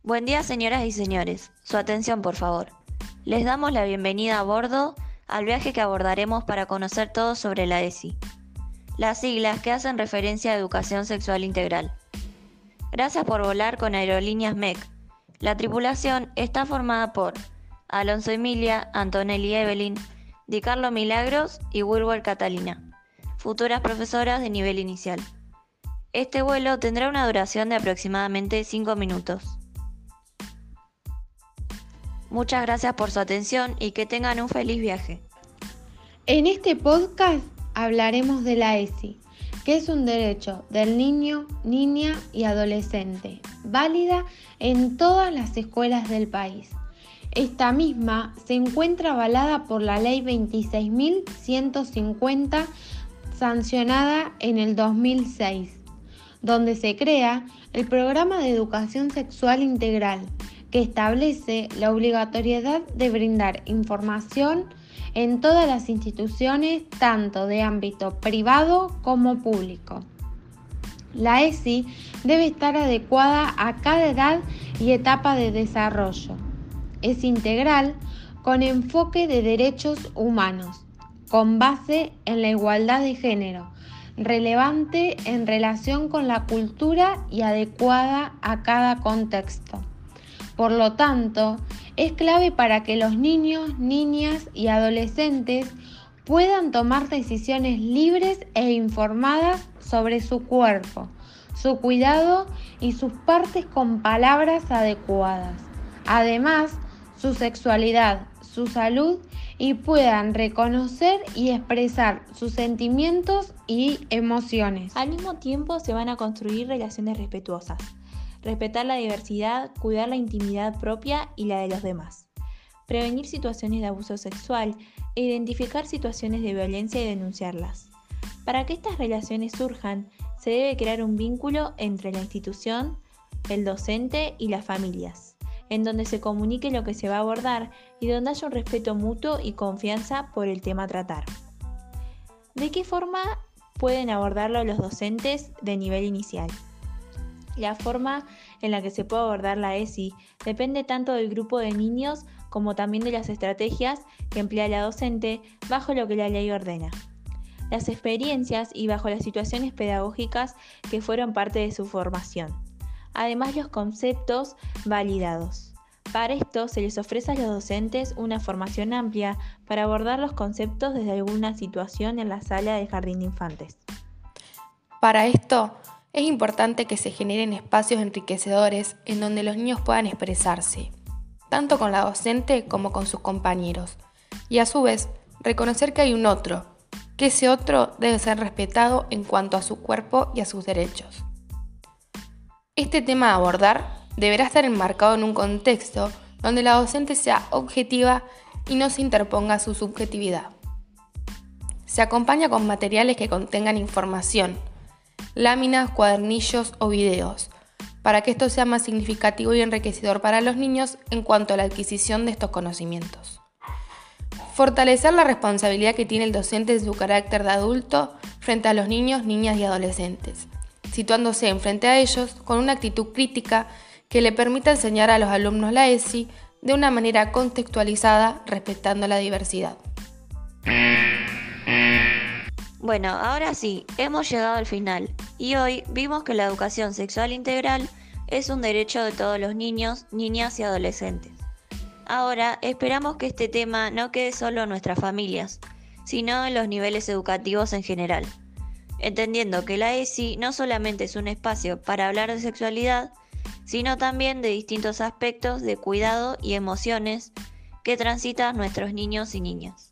Buen día, señoras y señores. Su atención, por favor. Les damos la bienvenida a bordo al viaje que abordaremos para conocer todo sobre la ESI, las siglas que hacen referencia a Educación Sexual Integral. Gracias por volar con Aerolíneas MEC. La tripulación está formada por Alonso Emilia, Antonelli Evelyn, Di Carlo Milagros y Wilber Catalina, futuras profesoras de nivel inicial. Este vuelo tendrá una duración de aproximadamente 5 minutos. Muchas gracias por su atención y que tengan un feliz viaje. En este podcast hablaremos de la ESI, que es un derecho del niño, niña y adolescente, válida en todas las escuelas del país. Esta misma se encuentra avalada por la Ley 26.150, sancionada en el 2006, donde se crea el Programa de Educación Sexual Integral, que establece la obligatoriedad de brindar información en todas las instituciones, tanto de ámbito privado como público. La ESI debe estar adecuada a cada edad y etapa de desarrollo. Es integral, con enfoque de derechos humanos, con base en la igualdad de género, relevante en relación con la cultura y adecuada a cada contexto. Por lo tanto, es clave para que los niños, niñas y adolescentes puedan tomar decisiones libres e informadas sobre su cuerpo, su cuidado y sus partes con palabras adecuadas. Además, su sexualidad, su salud y puedan reconocer y expresar sus sentimientos y emociones. Al mismo tiempo se van a construir relaciones respetuosas. Respetar la diversidad, cuidar la intimidad propia y la de los demás. Prevenir situaciones de abuso sexual e identificar situaciones de violencia y denunciarlas. Para que estas relaciones surjan, se debe crear un vínculo entre la institución, el docente y las familias, en donde se comunique lo que se va a abordar y donde haya un respeto mutuo y confianza por el tema a tratar. ¿De qué forma pueden abordarlo los docentes de nivel inicial? La forma en la que se puede abordar la ESI depende tanto del grupo de niños como también de las estrategias que emplea la docente bajo lo que la ley ordena, las experiencias y bajo las situaciones pedagógicas que fueron parte de su formación, además los conceptos validados. Para esto se les ofrece a los docentes una formación amplia para abordar los conceptos desde alguna situación en la sala del jardín de infantes. Para esto, es importante que se generen espacios enriquecedores en donde los niños puedan expresarse, tanto con la docente como con sus compañeros, y a su vez reconocer que hay un otro, que ese otro debe ser respetado en cuanto a su cuerpo y a sus derechos. Este tema a abordar deberá estar enmarcado en un contexto donde la docente sea objetiva y no se interponga su subjetividad. Se acompaña con materiales que contengan información, láminas, cuadernillos o videos, para que esto sea más significativo y enriquecedor para los niños en cuanto a la adquisición de estos conocimientos. Fortalecer la responsabilidad que tiene el docente en su carácter de adulto frente a los niños, niñas y adolescentes, situándose enfrente a ellos con una actitud crítica que le permita enseñar a los alumnos la ESI de una manera contextualizada, respetando la diversidad. Bueno, ahora sí, hemos llegado al final y hoy vimos que la educación sexual integral es un derecho de todos los niños, niñas y adolescentes. Ahora esperamos que este tema no quede solo en nuestras familias, sino en los niveles educativos en general, entendiendo que la ESI no solamente es un espacio para hablar de sexualidad, sino también de distintos aspectos de cuidado y emociones que transitan nuestros niños y niñas.